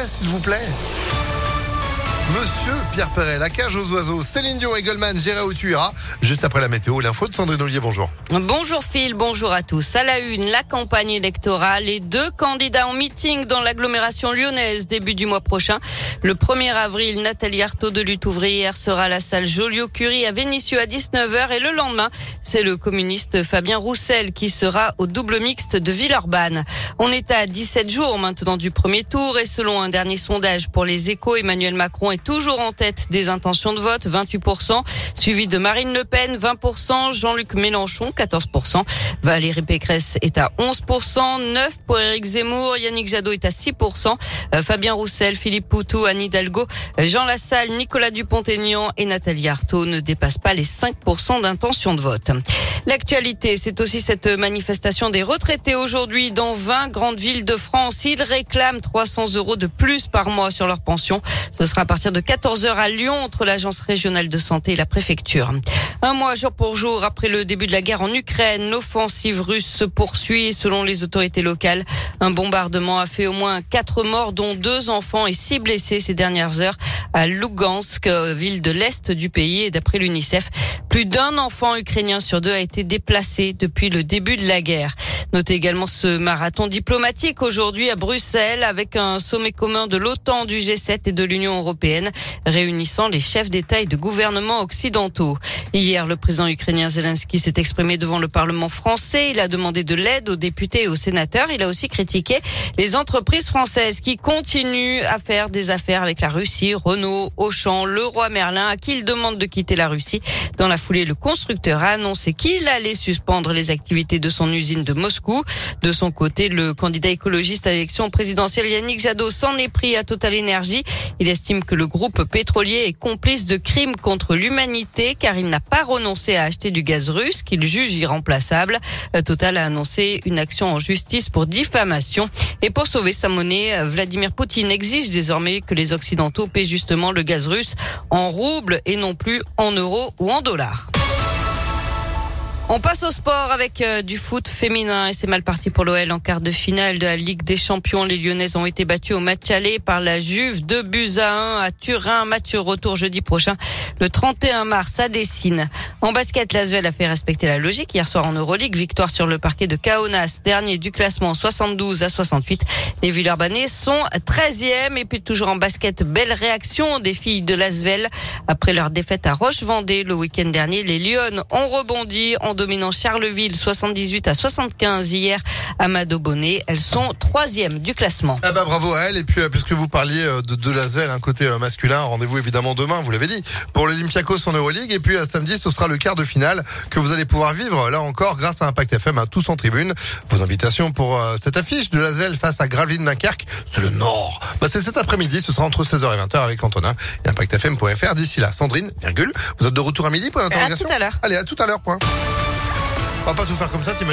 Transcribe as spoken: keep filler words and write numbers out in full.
s'il vous plaît. Monsieur Pierre Perret, la cage aux oiseaux, Céline Dion et Goldman, j'irai où tu iras. Juste après la météo, l'info de Sandrine Ollier, bonjour. Bonjour Phil, bonjour à tous. À la une, la campagne électorale. Les deux candidats en meeting dans l'agglomération lyonnaise début du mois prochain. Le premier avril, Nathalie Arthaud de Lutte ouvrière sera à la salle Joliot-Curie à Vénissieux à dix-neuf heures. Et le lendemain, c'est le communiste Fabien Roussel qui sera au double mixte de Villeurbanne. On est à dix-sept jours maintenant du premier tour et selon un dernier sondage pour les Échos, Emmanuel Macron est toujours en tête des intentions de vote, vingt-huit pour cent, suivi de Marine Le Pen, vingt pour cent, Jean-Luc Mélenchon, quatorze pour cent, Valérie Pécresse est à onze pour cent, neuf pour Éric Zemmour, Yannick Jadot est à six pour cent, euh, Fabien Roussel, Philippe Poutou, Anne Hidalgo, Jean Lassalle, Nicolas Dupont-Aignan et Nathalie Arthaud ne dépassent pas les cinq pour cent d'intention de vote. L'actualité, c'est aussi cette manifestation des retraités aujourd'hui dans vingt grandes villes de France. Ils réclament trois cents euros de plus par mois sur leur pension. Ce sera à partir de quatorze heures à Lyon entre l'agence régionale de santé et la préfecture. Un mois jour pour jour après le début de la guerre en Ukraine, l'offensive russe se poursuit selon les autorités locales. Un bombardement a fait au moins quatre morts dont deux enfants et six blessés ces dernières heures à Lugansk, ville de l'est du pays. Et d'après l'UNICEF, plus d'un enfant ukrainien sur deux a été déplacé depuis le début de la guerre. Notez également ce marathon diplomatique aujourd'hui à Bruxelles avec un sommet commun de l'OTAN, du G sept et de l'Union européenne réunissant les chefs d'État et de gouvernement occidentaux. Hier, le président ukrainien Zelensky s'est exprimé devant le Parlement français. Il a demandé de l'aide aux députés et aux sénateurs. Il a aussi critiqué les entreprises françaises qui continuent à faire des affaires avec la Russie. Renault, Auchan, Leroy Merlin, à qui il demande de quitter la Russie. Dans la foulée, le constructeur a annoncé qu'il allait suspendre les activités de son usine de Moscou. De son côté, le candidat écologiste à l'élection présidentielle Yannick Jadot s'en est pris à Total Energy. Il estime que le groupe pétrolier est complice de crimes contre l'humanité car il n'a pas renoncé à acheter du gaz russe qu'il juge irremplaçable. Total a annoncé une action en justice pour diffamation. Et pour sauver sa monnaie, Vladimir Poutine exige désormais que les Occidentaux paient justement le gaz russe en roubles et non plus en euros ou en dollars. On passe au sport avec euh, du foot féminin et c'est mal parti pour l'O L en quart de finale de la Ligue des Champions. Les Lyonnaises ont été battues au match aller par la Juve, deux buts à un à Turin. Match retour jeudi prochain, le trente et un mars à Dessine. En basket, l'Asvel a fait respecter la logique hier soir en Euroleague. Victoire sur le parquet de Kaunas, dernier du classement soixante-douze à soixante-huit. Les Villeurbanais sont treizième et puis toujours en basket, belle réaction des filles de l'Asvel. Après leur défaite à Roche-Vendée le week-end dernier, les Lyonnes ont rebondi en dominant Charleville soixante-dix-huit à soixante-quinze hier à Mado-Bonnet. Elles sont troisième du classement. Ah bah bravo à elles. Et puis euh, puisque vous parliez euh, de, de l'Asvel, un côté euh, masculin, rendez-vous évidemment demain, vous l'avez dit, pour l'Olympiakos en Euroleague. Et puis à samedi, ce sera le quart de finale que vous allez pouvoir vivre là encore grâce à Impact F M, hein, tous en tribune. Vos invitations pour euh, cette affiche de l'Asvel face à Gravelines Dunkerque, c'est le Nord. Bah, c'est cet après-midi, ce sera entre seize heures et vingt heures avec Antonin et impact f m point f r. D'ici là, Sandrine, virgule, vous êtes de retour à midi pour l'interrogation. À tout à l'heure. Allez, à tout à l'heure, point. On va pas tout faire comme ça, t'imagines.